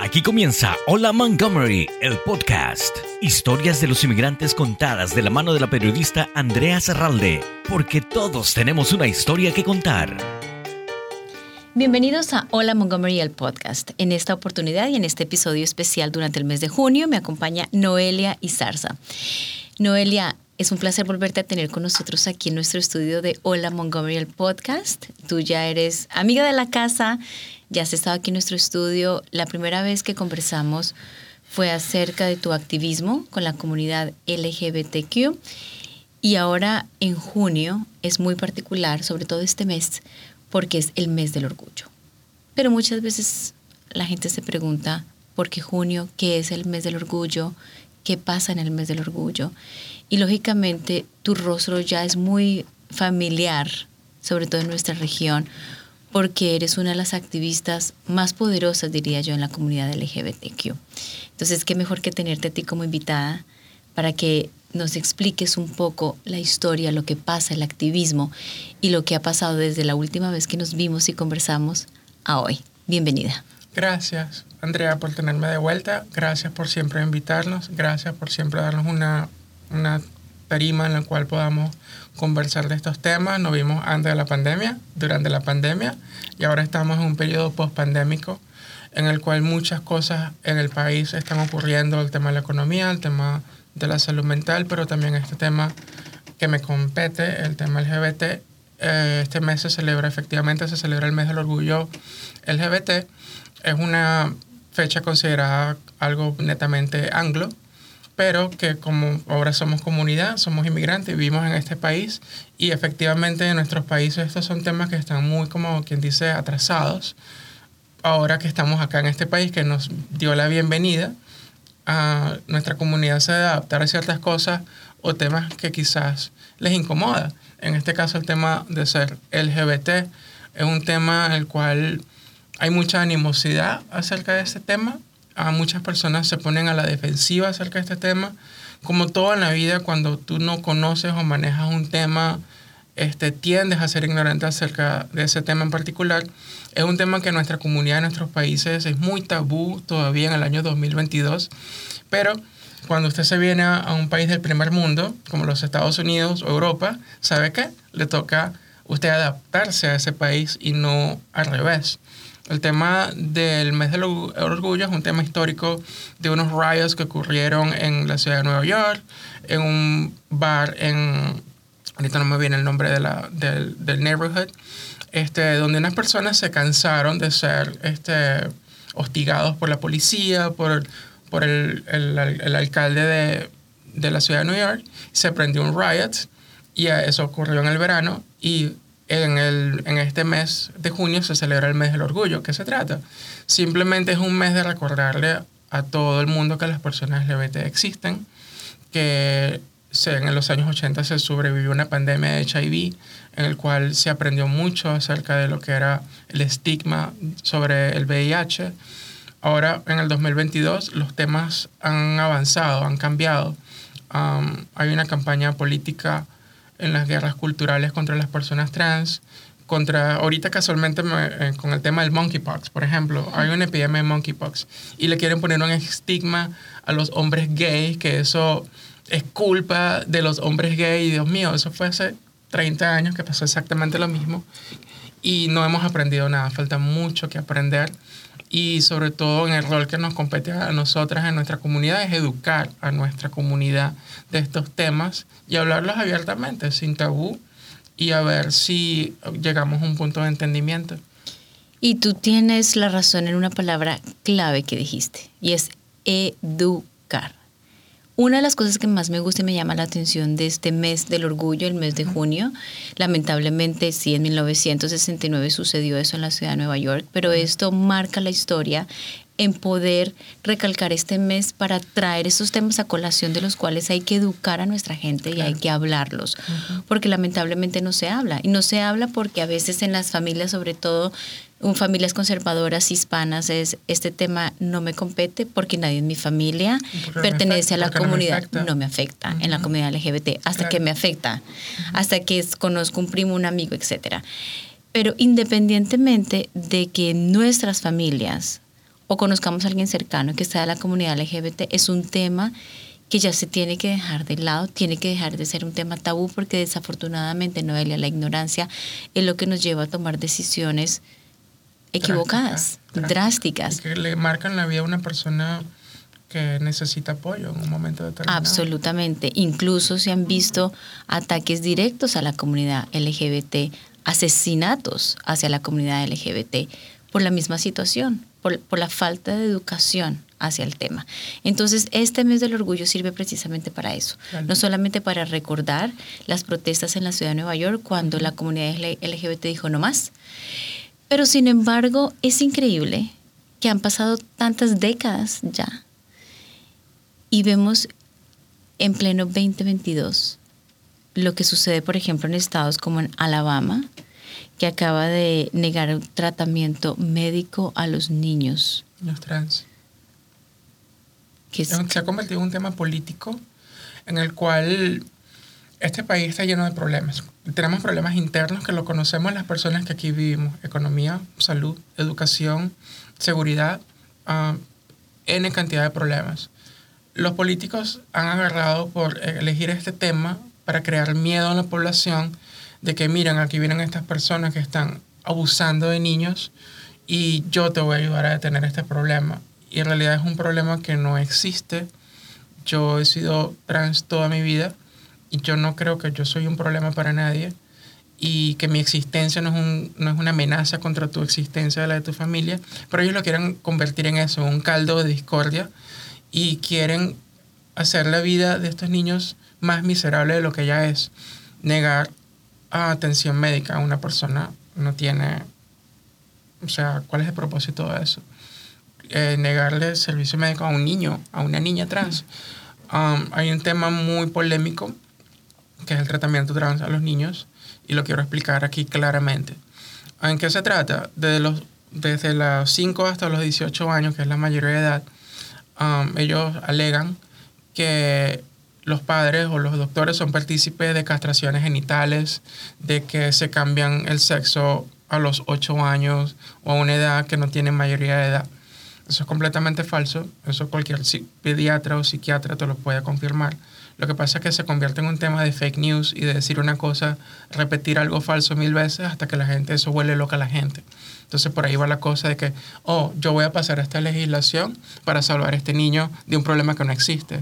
Aquí comienza Hola Montgomery, el podcast. Historias de los inmigrantes contadas de la mano de la periodista Andrea Serralde, porque todos tenemos una historia que contar. Bienvenidos a Hola Montgomery, el podcast. En esta oportunidad y en este episodio especial durante el mes de junio me acompaña Noelia Izarza. Noelia, es un placer volverte a tener con nosotros aquí en nuestro estudio de Hola Montgomery, el podcast. Tú ya eres amiga de la casa, ya has estado aquí en nuestro estudio. La primera vez que conversamos fue acerca de tu activismo con la comunidad LGBTQ. Y ahora en junio es muy particular, sobre todo este mes, porque es el mes del orgullo. Pero muchas veces la gente se pregunta, ¿por qué junio? ¿Qué es el mes del orgullo? ¿Qué pasa en el mes del orgullo? Y lógicamente tu rostro ya es muy familiar, sobre todo en nuestra región, porque eres una de las activistas más poderosas, diría yo, en la comunidad LGBTQ. Entonces, qué mejor que tenerte a ti como invitada para que nos expliques un poco la historia, lo que pasa, el activismo y lo que ha pasado desde la última vez que nos vimos y conversamos a hoy. Bienvenida. Gracias, Andrea, por tenerme de vuelta. Gracias por siempre invitarnos. Gracias por siempre darnos una tarima en la cual podamos conversar de estos temas. Nos vimos antes de la pandemia, durante la pandemia, y ahora estamos en un periodo post-pandémico en el cual muchas cosas en el país están ocurriendo, el tema de la economía, el tema de la salud mental, pero también este tema que me compete, el tema LGBT. Este mes se celebra el mes del orgullo LGBT. Es una fecha considerada algo netamente anglo, pero que como ahora somos comunidad, somos inmigrantes, vivimos en este país y efectivamente en nuestros países estos son temas que están muy, como quien dice, atrasados. Ahora que estamos acá en este país que nos dio la bienvenida, a nuestra comunidad se debe adaptar a ciertas cosas o temas que quizás les incomoda. En este caso el tema de ser LGBT es un tema en el cual hay mucha animosidad acerca de este tema. Muchas personas se ponen a la defensiva acerca de este tema. Como todo en la vida, cuando tú no conoces o manejas un tema, tiendes a ser ignorante acerca de ese tema en particular. Es un tema que en nuestra comunidad, en nuestros países, es muy tabú todavía en el año 2022. Pero cuando usted se viene a un país del primer mundo, como los Estados Unidos o Europa, ¿sabe qué? Le toca a usted adaptarse a ese país y no al revés. El tema del mes del orgullo es un tema histórico de unos riots que ocurrieron en la ciudad de Nueva York, en un bar ahorita no me viene el nombre del neighborhood, donde unas personas se cansaron de ser hostigados por la policía, por el alcalde de la ciudad de New York. Se prendió un riot y eso ocurrió en el verano y en este mes de junio se celebra el mes del orgullo. ¿Qué se trata? Simplemente es un mes de recordarle a todo el mundo que las personas LGBT existen, que en los años 80 se sobrevivió una pandemia de HIV en el cual se aprendió mucho acerca de lo que era el estigma sobre el VIH. Ahora, en el 2022, los temas han avanzado, han cambiado. Hay una campaña política en las guerras culturales contra las personas trans, ahorita casualmente con el tema del monkeypox, por ejemplo, hay una epidemia de monkeypox y le quieren poner un estigma a los hombres gays, que eso es culpa de los hombres gays. Y Dios mío, eso fue hace 30 años que pasó exactamente lo mismo y no hemos aprendido nada, falta mucho que aprender. Y sobre todo en el rol que nos compete a nosotras en nuestra comunidad es educar a nuestra comunidad de estos temas y hablarlos abiertamente, sin tabú, y a ver si llegamos a un punto de entendimiento. Y tú tienes la razón en una palabra clave que dijiste, y es educar. Una de las cosas que más me gusta y me llama la atención de este mes del orgullo, el mes de junio, lamentablemente sí, en 1969 sucedió eso en la ciudad de Nueva York, pero esto marca la historia en poder recalcar este mes para traer esos temas a colación de los cuales hay que educar a nuestra gente y hay que hablarlos, porque lamentablemente no se habla. Y no se habla porque a veces en las familias, sobre todo familias conservadoras hispanas, este tema no me compete porque nadie en mi familia pertenece a la comunidad. No me afecta en la comunidad LGBT, hasta que me afecta, hasta que conozco un primo, un amigo, etcétera. Pero independientemente de que nuestras familias o conozcamos a alguien cercano que está de la comunidad LGBT, es un tema que ya se tiene que dejar de lado, tiene que dejar de ser un tema tabú, porque desafortunadamente, Noelia, la ignorancia es lo que nos lleva a tomar decisiones equivocadas, drásticas. Y que le marcan la vida a una persona que necesita apoyo en un momento determinado. Absolutamente. Incluso se han visto ataques directos a la comunidad LGBT, asesinatos hacia la comunidad LGBT por la misma situación, por la falta de educación hacia el tema. Entonces, este mes del orgullo sirve precisamente para eso. Claro. No solamente para recordar las protestas en la ciudad de Nueva York cuando la comunidad LGBT dijo no más, pero sin embargo es increíble que han pasado tantas décadas ya y vemos en pleno 2022 lo que sucede, por ejemplo, en estados como en Alabama, que acaba de negar un tratamiento médico a los niños trans. Se ha convertido en un tema político en el cual este país está lleno de problemas. Tenemos problemas internos que lo conocemos las personas que aquí vivimos. Economía, salud, educación, seguridad, N cantidad de problemas. Los políticos han agarrado por elegir este tema para crear miedo en la población de que miren, aquí vienen estas personas que están abusando de niños y yo te voy a ayudar a detener este problema. Y en realidad es un problema que no existe. Yo he sido trans toda mi vida y yo no creo que yo soy un problema para nadie y que mi existencia no es una amenaza contra tu existencia o la de tu familia, pero ellos lo quieren convertir en eso, un caldo de discordia, y quieren hacer la vida de estos niños más miserable de lo que ya es. Negar atención médica a una persona no tiene... O sea, ¿cuál es el propósito de eso? Negarle servicio médico a un niño, a una niña trans. Hay un tema muy polémico que es el tratamiento trans a los niños y lo quiero explicar aquí claramente. ¿En qué se trata? Desde los 5 hasta los 18 años, que es la mayoría de edad, ellos alegan que los padres o los doctores son partícipes de castraciones genitales, de que se cambian el sexo a los 8 años o a una edad que no tiene mayoría de edad. Eso es completamente falso. Eso cualquier pediatra o psiquiatra te lo puede confirmar. Lo que pasa es que se convierte en un tema de fake news y de decir una cosa, repetir algo falso 1000 veces hasta que la gente, eso vuelve loca a la gente. Entonces por ahí va la cosa de que, yo voy a pasar esta legislación para salvar a este niño de un problema que no existe.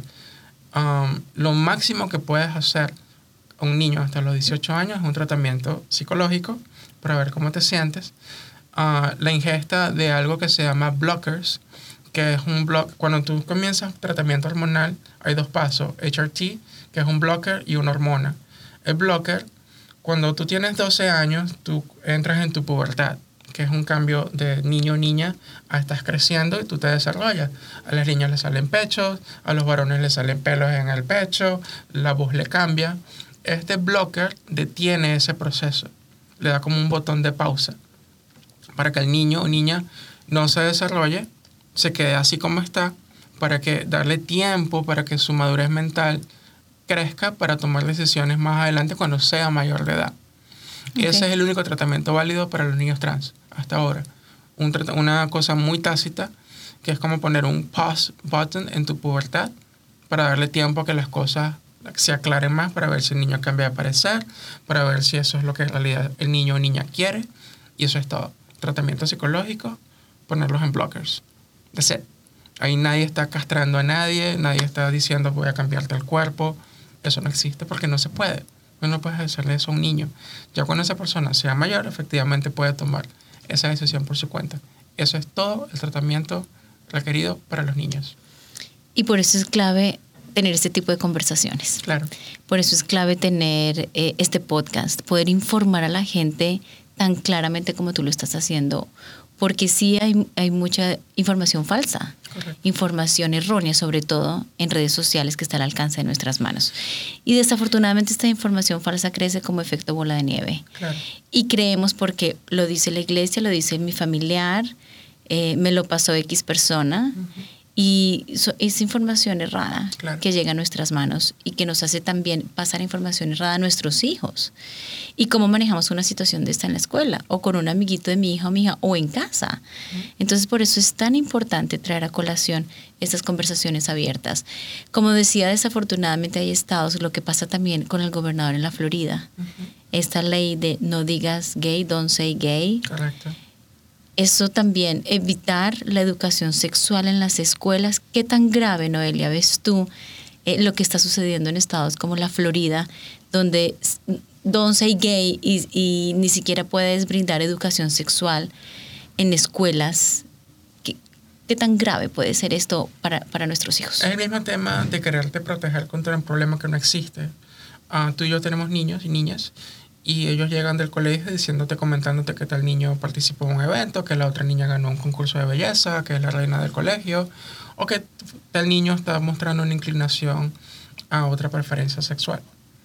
Lo máximo que puedes hacer a un niño hasta los 18 años es un tratamiento psicológico para ver cómo te sientes. La ingesta de algo que se llama blockers, que es un cuando tú comienzas tratamiento hormonal, hay 2 pasos, HRT, que es un blocker, y una hormona. El blocker, cuando tú tienes 12 años, tú entras en tu pubertad, que es un cambio de niño o niña a estás creciendo y tú te desarrollas. A las niñas les salen pechos, a los varones les salen pelos en el pecho, la voz le cambia. Este blocker detiene ese proceso, le da como un botón de pausa para que el niño o niña no se desarrolle, se quede así como está, para que darle tiempo para que su madurez mental crezca para tomar decisiones más adelante cuando sea mayor de edad. Okay. Ese es el único tratamiento válido para los niños trans hasta ahora. Una cosa muy tácita, que es como poner un pause button en tu pubertad para darle tiempo a que las cosas se aclaren más, para ver si el niño cambia de parecer, para ver si eso es lo que en realidad el niño o niña quiere, y eso es todo. Tratamiento psicológico, ponerlos en blockers. That's it. Ahí nadie está castrando a nadie, nadie está diciendo voy a cambiarte el cuerpo. Eso no existe porque no se puede. No puedes hacerle eso a un niño. Ya cuando esa persona sea mayor, efectivamente puede tomar esa decisión por su cuenta. Eso es todo el tratamiento requerido para los niños. Y por eso es clave tener este tipo de conversaciones. Claro. Por eso es clave tener este podcast, poder informar a la gente tan claramente como tú lo estás haciendo, porque sí hay mucha información falsa. Correcto. Información errónea, sobre todo en redes sociales, que está al alcance de nuestras manos. Y desafortunadamente esta información falsa crece como efecto bola de nieve. Claro. Y creemos porque lo dice la iglesia, lo dice mi familiar, me lo pasó X persona, Y es información errada Claro. que llega a nuestras manos y que nos hace también pasar información errada a nuestros hijos. Y cómo manejamos una situación de esta en la escuela, o con un amiguito de mi hija o mi hija, o en casa. Entonces, por eso es tan importante traer a colación estas conversaciones abiertas. Como decía, desafortunadamente hay estados, lo que pasa también con el gobernador en la Florida. Esta ley de no digas gay, don't say gay. Correcto. Eso también, evitar la educación sexual en las escuelas. ¿Qué tan grave, Noelia, ves tú lo que está sucediendo en estados como la Florida, donde don't say gay y ni siquiera puedes brindar educación sexual en escuelas? ¿Qué tan grave puede ser esto para nuestros hijos? Es el mismo tema de quererte proteger contra un problema que no existe. Tú y yo tenemos niños y niñas, y ellos llegan del colegio comentándote que tal niño participó en un evento, que la otra niña ganó un concurso de belleza, que es la reina del colegio, o que tal niño está mostrando una inclinación a otra preferencia sexual.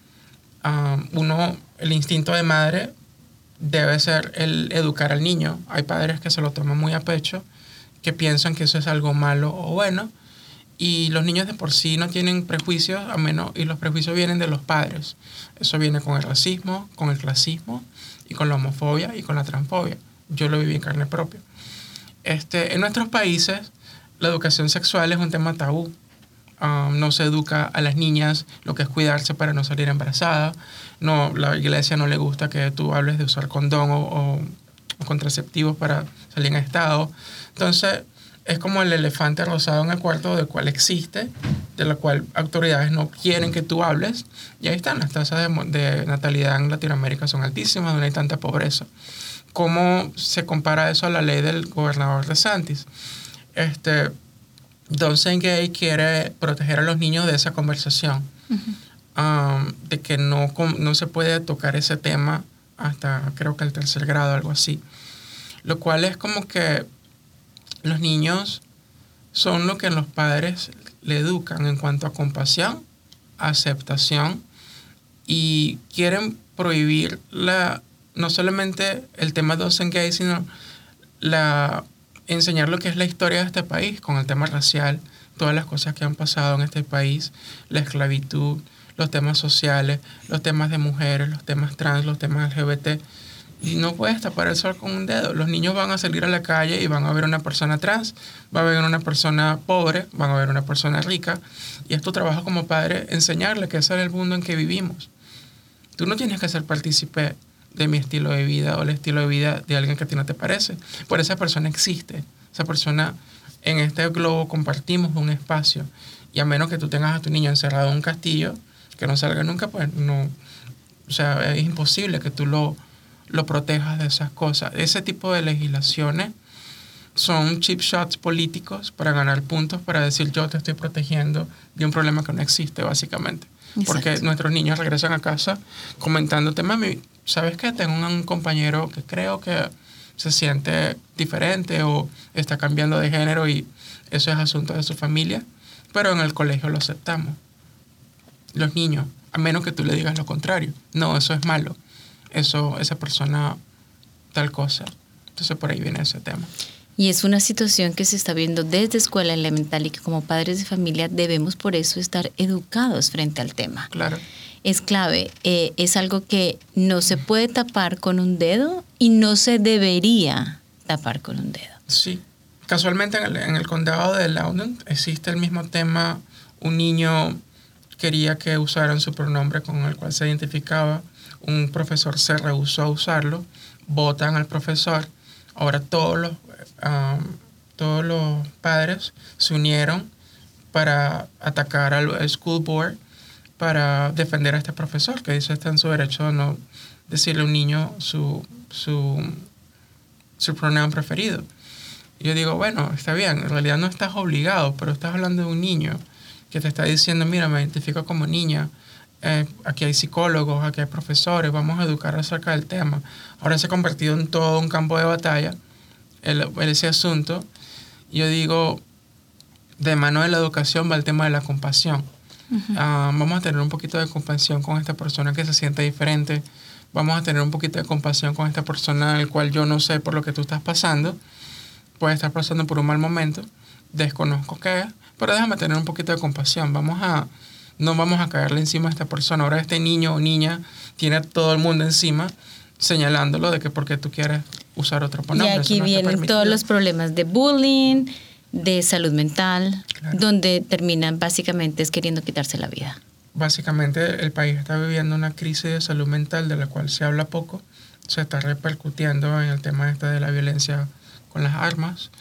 El instinto de madre debe ser el educar al niño. Hay padres que se lo toman muy a pecho, que piensan que eso es algo malo o bueno, y los niños de por sí no tienen prejuicios, y los prejuicios vienen de los padres. Eso viene con el racismo, con el clasismo, y con la homofobia y con la transfobia. Yo lo viví en carne propia. En nuestros países, la educación sexual es un tema tabú. No se educa a las niñas lo que es cuidarse para no salir embarazada. No, la iglesia no le gusta que tú hables de usar condón o contraceptivos para salir en estado. Entonces, es como el elefante rosado en el cuarto, del cual existe, de la cual autoridades no quieren que tú hables. Y ahí están, las tasas de natalidad en Latinoamérica son altísimas, donde hay tanta pobreza. ¿Cómo se compara eso a la ley del gobernador DeSantis? Don't Say Gay quiere proteger a los niños de esa conversación, de que no se puede tocar ese tema hasta creo que el 3er grado, algo así. Lo cual es como que los niños son lo que los padres le educan en cuanto a compasión, aceptación, y quieren prohibir no solamente el tema de Don't Say Gay, sino enseñar lo que es la historia de este país con el tema racial, todas las cosas que han pasado en este país, la esclavitud, los temas sociales, los temas de mujeres, los temas trans, los temas LGBT. Y no puedes tapar el sol con un dedo. Los niños van a salir a la calle y van a ver una persona trans, van a ver una persona pobre, van a ver una persona rica. Y es tu trabajo como padre enseñarle que ese es el mundo en que vivimos. Tú no tienes que ser partícipe de mi estilo de vida o el estilo de vida de alguien que a ti no te parece. Por esa persona existe. Esa persona, en este globo compartimos un espacio. Y a menos que tú tengas a tu niño encerrado en un castillo, que no salga nunca, pues no. O sea, es imposible que tú lo protejas de esas cosas. Ese tipo de legislaciones son chip shots políticos para ganar puntos, para decir yo te estoy protegiendo de un problema que no existe, básicamente. Exacto. Porque nuestros niños regresan a casa comentándote, mami, ¿sabes qué? Tengo un compañero que creo que se siente diferente o está cambiando de género y eso es asunto de su familia, pero en el colegio lo aceptamos. Los niños, a menos que tú le digas lo contrario. No, eso es malo. Esa persona tal cosa. Entonces por ahí viene ese tema. Y es una situación que se está viendo desde escuela elemental y que como padres de familia debemos por eso estar educados frente al tema. Claro. Es clave. Es algo que no se puede tapar con un dedo y no se debería tapar con un dedo. Sí. Casualmente en el condado de Loudoun existe el mismo tema. Un niño quería que usaran su pronombre con el cual se identificaba. Un profesor se rehusó a usarlo, votan al profesor. Ahora todos los padres se unieron para atacar al school board para defender a este profesor, que dice está en su derecho de no decirle a un niño su pronombre preferido. Y yo digo, bueno, está bien, en realidad no estás obligado, pero estás hablando de un niño que te está diciendo, mira, me identifico como niña. Aquí hay psicólogos, aquí hay profesores, vamos a educar acerca del tema. Ahora se ha convertido en todo un campo de batalla ese asunto. Yo digo, de mano de la educación va el tema de la compasión. Uh-huh. Vamos a tener un poquito de compasión con esta persona que se siente diferente. Vamos a tener un poquito de compasión con esta persona al cual yo no sé por lo que tú estás pasando. Puedes estar pasando por un mal momento. desconozco qué es, pero déjame tener un poquito de compasión. No vamos a caerle encima a esta persona. Ahora este niño o niña tiene a todo el mundo encima señalándolo de que porque tú quieres usar otro pronombre. Y aquí vienen todos los problemas de bullying, de salud mental, claro, donde terminan básicamente es queriendo quitarse la vida. Básicamente el país está viviendo una crisis de salud mental de la cual se habla poco. Se está repercutiendo en el tema de la violencia con las armas.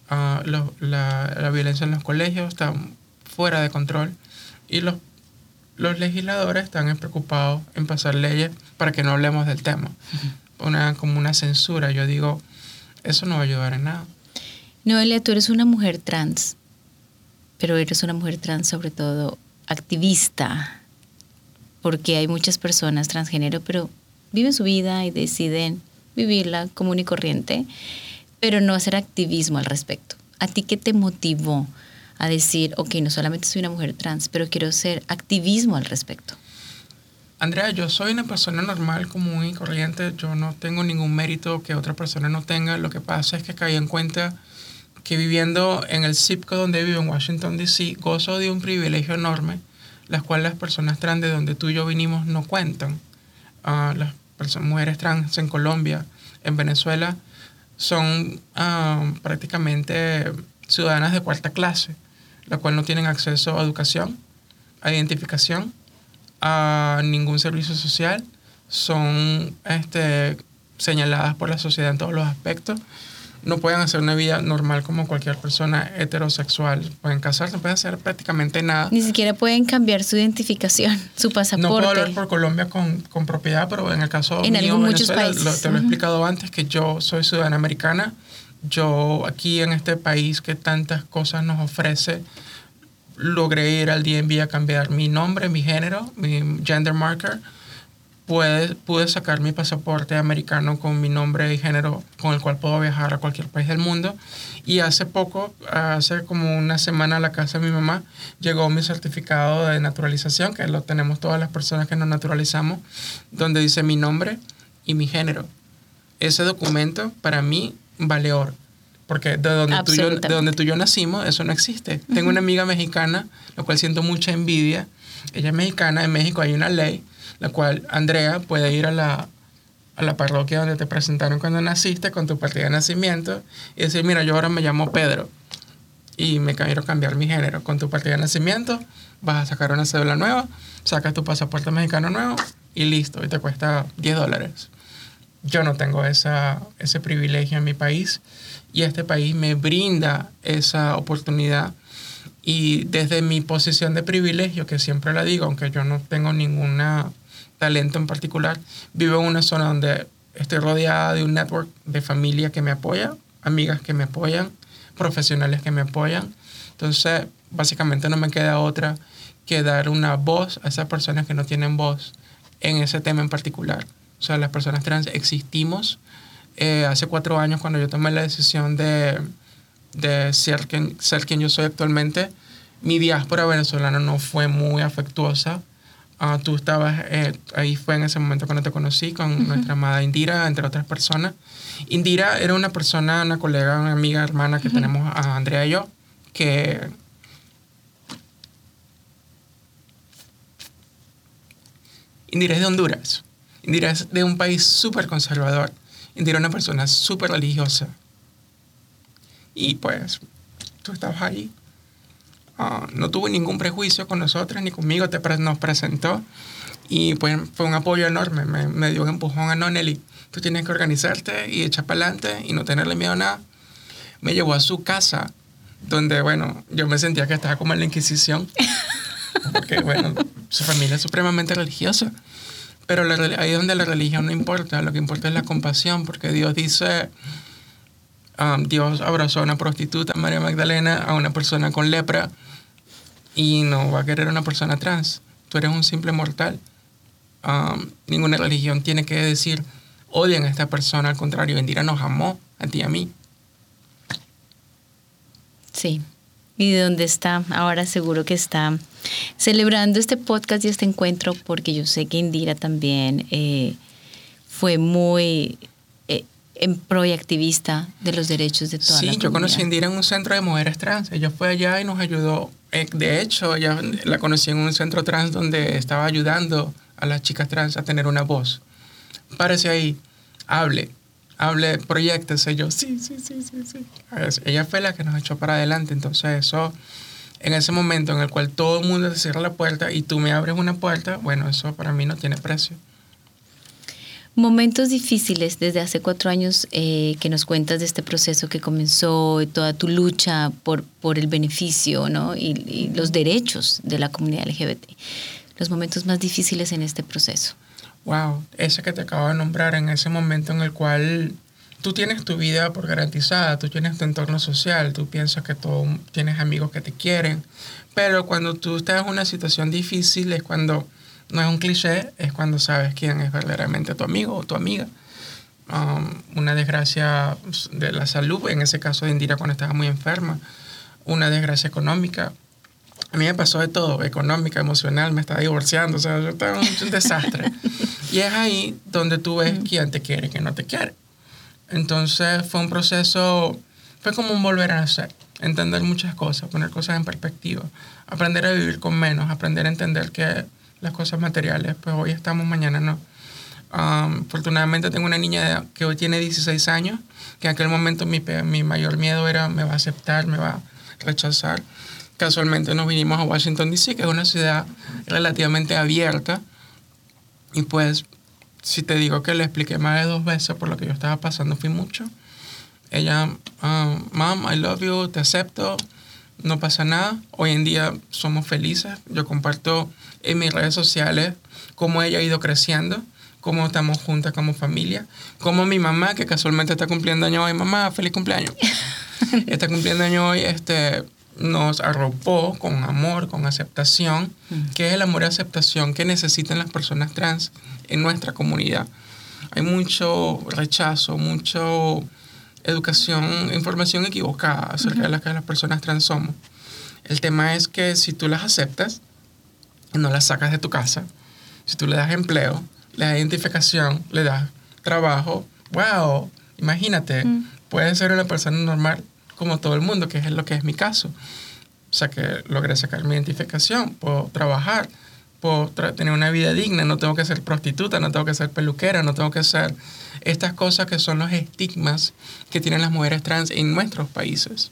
La violencia en los colegios está fuera de control y los legisladores están preocupados en pasar leyes para que no hablemos del tema. Como una censura. Yo digo, eso no va a ayudar en nada. Noelia, tú eres una mujer trans, pero eres una mujer trans sobre todo activista, porque hay muchas personas transgénero, pero viven su vida y deciden vivirla común y corriente, pero no hacer activismo al respecto. ¿A ti qué te motivó a decir, ok, no solamente soy una mujer trans, pero quiero hacer activismo al respecto? Andrea, yo soy una persona normal, común y corriente. Yo no tengo ningún mérito que otra persona no tenga. Lo que pasa es que caí en cuenta que viviendo en el zip code donde vivo, en Washington, D.C., gozo de un privilegio enorme, las cuales las personas trans de donde tú y yo vinimos no cuentan. Las mujeres trans en Colombia, en Venezuela, son prácticamente ciudadanas de cuarta clase, la cual no tienen acceso a educación, a identificación, a ningún servicio social, son señaladas por la sociedad en todos los aspectos. No pueden hacer una vida normal como cualquier persona heterosexual. Pueden casarse, no pueden hacer prácticamente nada. Ni siquiera pueden cambiar su identificación, su pasaporte. No puedo hablar por Colombia con propiedad, pero en el caso mío, muchos Venezuela, países. te lo he explicado antes, que yo soy ciudadana americana. Yo aquí en este país que tantas cosas nos ofrece, logré ir al DMV a cambiar mi nombre, mi género, mi gender marker. Pude sacar mi pasaporte americano con mi nombre y género, con el cual puedo viajar a cualquier país del mundo. Y hace como una semana, a la casa de mi mamá, llegó mi certificado de naturalización, que lo tenemos todas las personas que nos naturalizamos, donde dice mi nombre y mi género. Ese documento, para mí, vale oro. Porque de donde tú y yo nacimos, eso no existe. Uh-huh. Tengo una amiga mexicana, lo cual siento mucha envidia. Ella es mexicana. En México hay una ley la cual Andrea puede ir a la parroquia donde te presentaron cuando naciste con tu partida de nacimiento y decir, mira, yo ahora me llamo Pedro y me quiero cambiar mi género. Con tu partida de nacimiento vas a sacar una cédula nueva, sacas tu pasaporte mexicano nuevo y listo, y te cuesta $10. Yo no tengo ese privilegio en mi país y este país me brinda esa oportunidad. Y desde mi posición de privilegio, que siempre la digo, aunque yo no tengo ningún talento en particular, vivo en una zona donde estoy rodeada de un network de familia que me apoya, amigas que me apoyan, profesionales que me apoyan. Entonces, básicamente no me queda otra que dar una voz a esas personas que no tienen voz en ese tema en particular. O sea, las personas trans existimos. Hace 4 años, cuando yo tomé la decisión de ser quien yo soy actualmente, mi diáspora venezolana no fue muy afectuosa. Tú estabas ahí, fue en ese momento cuando te conocí con uh-huh. nuestra amada Indira, entre otras personas. Indira era una persona, una colega, una amiga, hermana que uh-huh. tenemos a Andrea y yo, que Indira es de Honduras. Indira es de un país súper conservador. Indira es una persona súper religiosa. Y pues, tú estabas ahí. No tuvo ningún prejuicio con nosotros ni conmigo, nos presentó. Y pues fue un apoyo enorme. Me dio un empujón a no, Nelly, tú tienes que organizarte y echar para adelante y no tenerle miedo a nada. Me llevó a su casa, donde, bueno, yo me sentía que estaba como en la Inquisición. Porque, bueno, su familia es supremamente religiosa. Pero ahí es donde la religión no importa. Lo que importa es la compasión, porque Dios dice... Dios abrazó a una prostituta, María Magdalena, a una persona con lepra, y no va a querer a una persona trans. Tú eres un simple mortal. Ninguna religión tiene que decir, odian a esta persona. Al contrario, Indira nos amó a ti y a mí. Sí. ¿Y de dónde está? Ahora seguro que está celebrando este podcast y este encuentro, porque yo sé que Indira también fue muy... en pro y activista de los derechos de toda la comunidad. Sí, yo conocí a Indira en un centro de mujeres trans. Ella fue allá y nos ayudó. De hecho, ella la conocí en un centro trans donde estaba ayudando a las chicas trans a tener una voz. Párese ahí, hable, proyéctese. Yo, sí. Ella fue la que nos echó para adelante. Entonces eso, en ese momento en el cual todo el mundo te cierra la puerta y tú me abres una puerta, bueno, eso para mí no tiene precio. Momentos difíciles desde hace 4 años que nos cuentas de este proceso que comenzó, toda tu lucha por el beneficio, ¿no? y los derechos de la comunidad LGBT. Los momentos más difíciles en este proceso. Wow, ese que te acabo de nombrar, en ese momento en el cual tú tienes tu vida por garantizada, tú tienes tu entorno social, tú piensas que tienes amigos que te quieren, pero cuando tú estás en una situación difícil es cuando... No es un cliché, es cuando sabes quién es verdaderamente tu amigo o tu amiga. Una desgracia de la salud, en ese caso de Indira cuando estaba muy enferma. Una desgracia económica. A mí me pasó de todo, económica, emocional, me estaba divorciando, o sea, yo estaba en un desastre. Y es ahí donde tú ves quién te quiere y quién no te quiere. Entonces fue un proceso, fue como un volver a nacer. Entender muchas cosas, poner cosas en perspectiva. Aprender a vivir con menos, aprender a entender que las cosas materiales, pues hoy estamos, mañana no. Afortunadamente tengo una niña que hoy tiene 16 años, que en aquel momento mi mayor miedo era me va a aceptar, me va a rechazar. Casualmente nos vinimos a Washington, D.C., que es una ciudad relativamente abierta, y pues si te digo que le expliqué más de 2 veces por lo que yo estaba pasando, fui mucho. Ella, Mom, I love you, te acepto, no pasa nada. Hoy en día somos felices. Yo comparto en mis redes sociales cómo ella ha ido creciendo, cómo estamos juntas como familia, cómo mi mamá, que casualmente está cumpliendo años hoy, mamá, feliz cumpleaños, está cumpliendo años hoy, nos arropó con amor, con aceptación, que es el amor y aceptación que necesitan las personas trans en nuestra comunidad. Hay mucho rechazo, mucho educación, información equivocada acerca de las que las personas trans somos. El tema es que si tú las aceptas y no las sacas de tu casa, si tú le das empleo, le das identificación, le das trabajo, wow, imagínate, puedes ser una persona normal como todo el mundo, que es lo que es mi caso. O sea, que logré sacar mi identificación, puedo trabajar, puedo tener una vida digna, no tengo que ser prostituta, no tengo que ser peluquera, no tengo que ser estas cosas que son los estigmas que tienen las mujeres trans en nuestros países.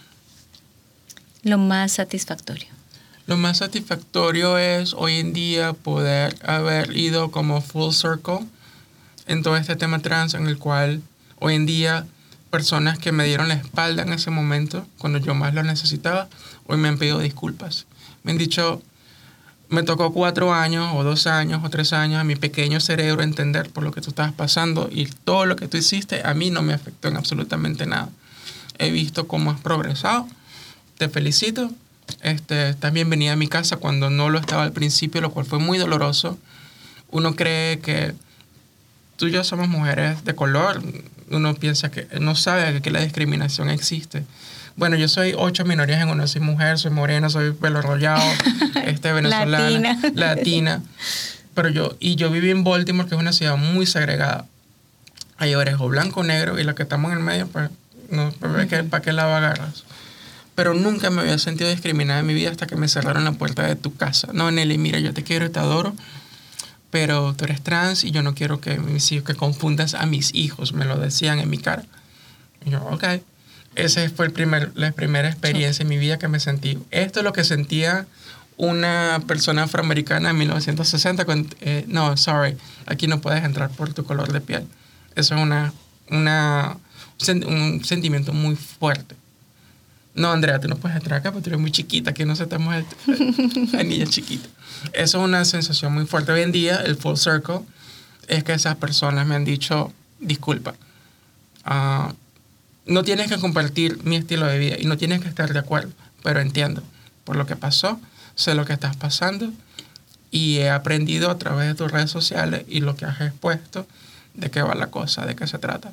Lo más satisfactorio. Lo más satisfactorio es hoy en día poder haber ido como full circle en todo este tema trans, en el cual hoy en día personas que me dieron la espalda en ese momento, cuando yo más lo necesitaba, hoy me han pedido disculpas. Me han dicho, me tocó 4 años o 2 años o 3 años a mi pequeño cerebro entender por lo que tú estabas pasando, y todo lo que tú hiciste a mí no me afectó en absolutamente nada. He visto cómo has progresado. Te felicito. Estás bienvenida a mi casa cuando no lo estaba al principio, lo cual fue muy doloroso. Uno cree que tú y yo somos mujeres de color. Uno piensa que no sabe que la discriminación existe. Bueno, yo soy 8 minorías en uno. Soy mujer, soy morena, soy pelo enrollado, venezolana, latina. Pero yo viví en Baltimore, que es una ciudad muy segregada. Hay orejo blanco, negro, y la que estamos en el medio, pues, no, ¿para qué la agarras? Pero nunca me había sentido discriminada en mi vida hasta que me cerraron la puerta de tu casa. No, Nelly, mira, yo te quiero y te adoro, pero tú eres trans y yo no quiero que que confundas a mis hijos. Me lo decían en mi cara. Y yo, ok. Esa fue la primera experiencia en mi vida que me sentí. Esto es lo que sentía una persona afroamericana en 1960. Aquí no puedes entrar por tu color de piel. Eso es un sentimiento muy fuerte. No, Andrea, tú no puedes entrar acá porque tú eres muy chiquita, que no aceptamos a niñas chiquitas. Eso es una sensación muy fuerte. Hoy en día, el full circle es que esas personas me han dicho, disculpa, no tienes que compartir mi estilo de vida y no tienes que estar de acuerdo, pero entiendo por lo que pasó, sé lo que estás pasando y he aprendido a través de tus redes sociales y lo que has expuesto de qué va la cosa, de qué se trata.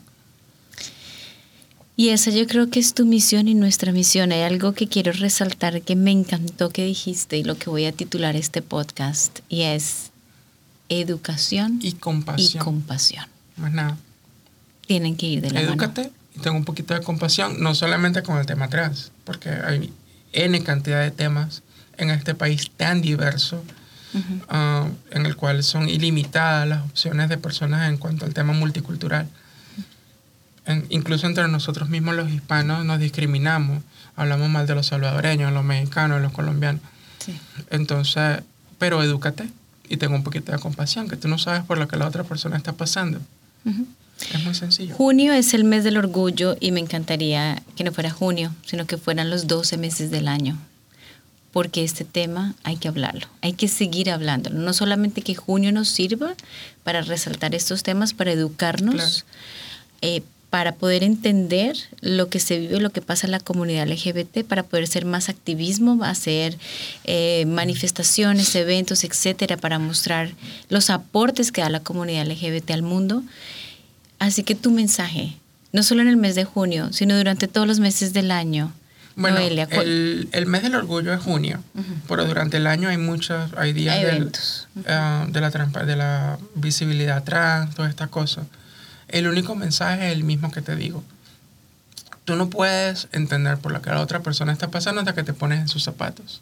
Y esa yo creo que es tu misión y nuestra misión. Hay algo que quiero resaltar que me encantó que dijiste y lo que voy a titular este podcast, y es educación y compasión. Y compasión. Más nada. tienen que ir de la mano. Edúcate y tengo un poquito de compasión, no solamente con el tema trans, porque hay N cantidad de temas en este país tan diverso, en el cual son ilimitadas las opciones de personas en cuanto al tema multicultural. Incluso entre nosotros mismos los hispanos nos discriminamos, hablamos mal de los salvadoreños, los mexicanos, los colombianos. Sí. Entonces, pero edúcate y tengo un poquito de compasión, que tú no sabes por lo que la otra persona está pasando. Es muy sencillo. Junio es el mes del orgullo y me encantaría que no fuera junio, sino que fueran los 12 meses del año. Porque este tema hay que hablarlo, hay que seguir hablándolo. No solamente que junio nos sirva para resaltar estos temas, para educarnos, claro, para poder entender lo que se vive, lo que pasa en la comunidad LGBT, para poder hacer más activismo, hacer manifestaciones, eventos, etcétera, para mostrar los aportes que da la comunidad LGBT al mundo. Así que tu mensaje, no solo en el mes de junio, sino durante todos los meses del año. Bueno, Noelia, el mes del orgullo es junio, pero durante el año hay días eventos. De la visibilidad trans, todas estas cosas. El único mensaje es el mismo que te digo. Tú no puedes entender por lo que la otra persona está pasando hasta que te pones en sus zapatos.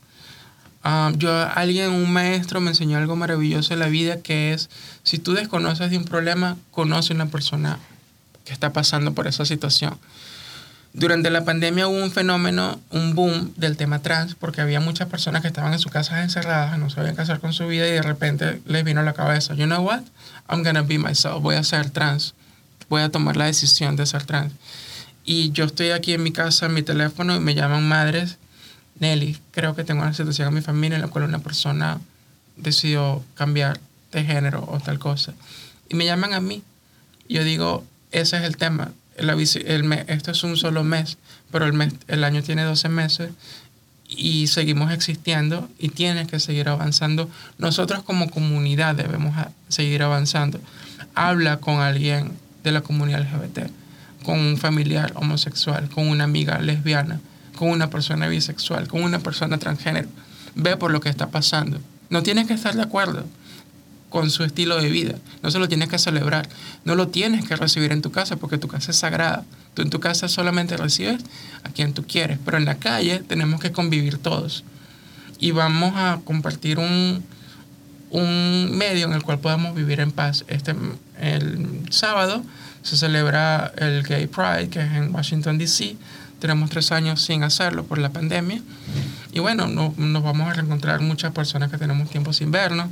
Un maestro me enseñó algo maravilloso en la vida, que es, si tú desconoces de un problema, conoce a una persona que está pasando por esa situación. Durante la pandemia hubo un fenómeno, un boom del tema trans, porque había muchas personas que estaban en sus casas encerradas, no sabían qué hacer con su vida y de repente les vino a la cabeza, you know what? I'm gonna be myself, voy a ser trans, voy a tomar la decisión de ser trans. Y yo estoy aquí en mi casa, en mi teléfono, y me llaman madres, Nelly, creo que tengo una situación en mi familia en la cual una persona decidió cambiar de género o tal cosa. Y me llaman a mí. Y yo digo, ese es el tema. Esto es un solo mes, pero el año tiene 12 meses y seguimos existiendo y tiene que seguir avanzando. Nosotros como comunidad debemos seguir avanzando. Habla con alguien de la comunidad LGBT, con un familiar homosexual, con una amiga lesbiana, con una persona bisexual, con una persona transgénero. Ve por lo que está pasando. No tienes que estar de acuerdo con su estilo de vida. No se lo tienes que celebrar. No lo tienes que recibir en tu casa porque tu casa es sagrada. Tú en tu casa solamente recibes a quien tú quieres. Pero en la calle tenemos que convivir todos. Y vamos a compartir un medio en el cual podamos vivir en paz. El sábado se celebra el Gay Pride, que es en Washington, D.C. Tenemos 3 años sin hacerlo por la pandemia. Y bueno, nos vamos a reencontrar muchas personas que tenemos tiempo sin vernos.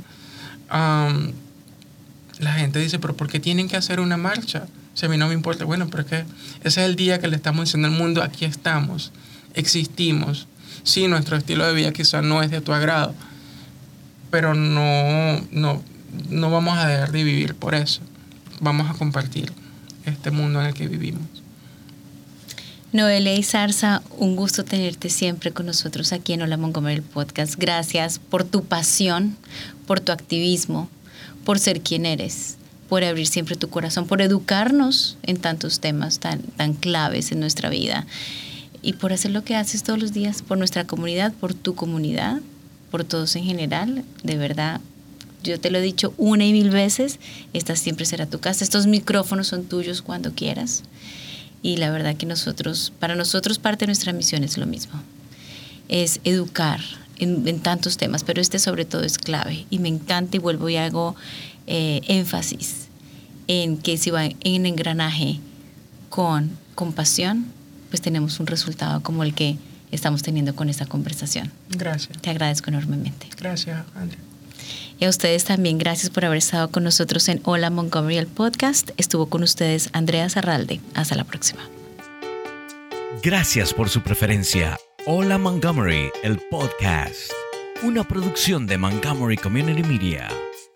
La gente dice, pero ¿por qué tienen que hacer una marcha? Si a mí no me importa. Bueno, pero es que ese es el día que le estamos diciendo al mundo, aquí estamos, existimos. Sí, nuestro estilo de vida quizás no es de tu agrado, pero no vamos a dejar de vivir por eso. Vamos a compartir este mundo en el que vivimos. Noelia y Zarza, un gusto tenerte siempre con nosotros aquí en Hola Montgomery, el podcast. Gracias por tu pasión, por tu activismo, por ser quien eres, por abrir siempre tu corazón, por educarnos en tantos temas tan claves en nuestra vida y por hacer lo que haces todos los días por nuestra comunidad, por tu comunidad, por todos en general. De verdad, yo te lo he dicho 1 y 1000 veces, esta siempre será tu casa. Estos micrófonos son tuyos cuando quieras. Y la verdad que para nosotros parte de nuestra misión es lo mismo. Es educar en tantos temas, pero este sobre todo es clave. Y me encanta y vuelvo y hago énfasis en que si va en engranaje con compasión, pues tenemos un resultado como el que estamos teniendo con esta conversación. Gracias. Te agradezco enormemente. Gracias, Andrea. Y a ustedes también, gracias por haber estado con nosotros en Hola Montgomery, el podcast. Estuvo con ustedes Andrea Zarralde. Hasta la próxima. Gracias por su preferencia. Hola Montgomery, el podcast. Una producción de Montgomery Community Media.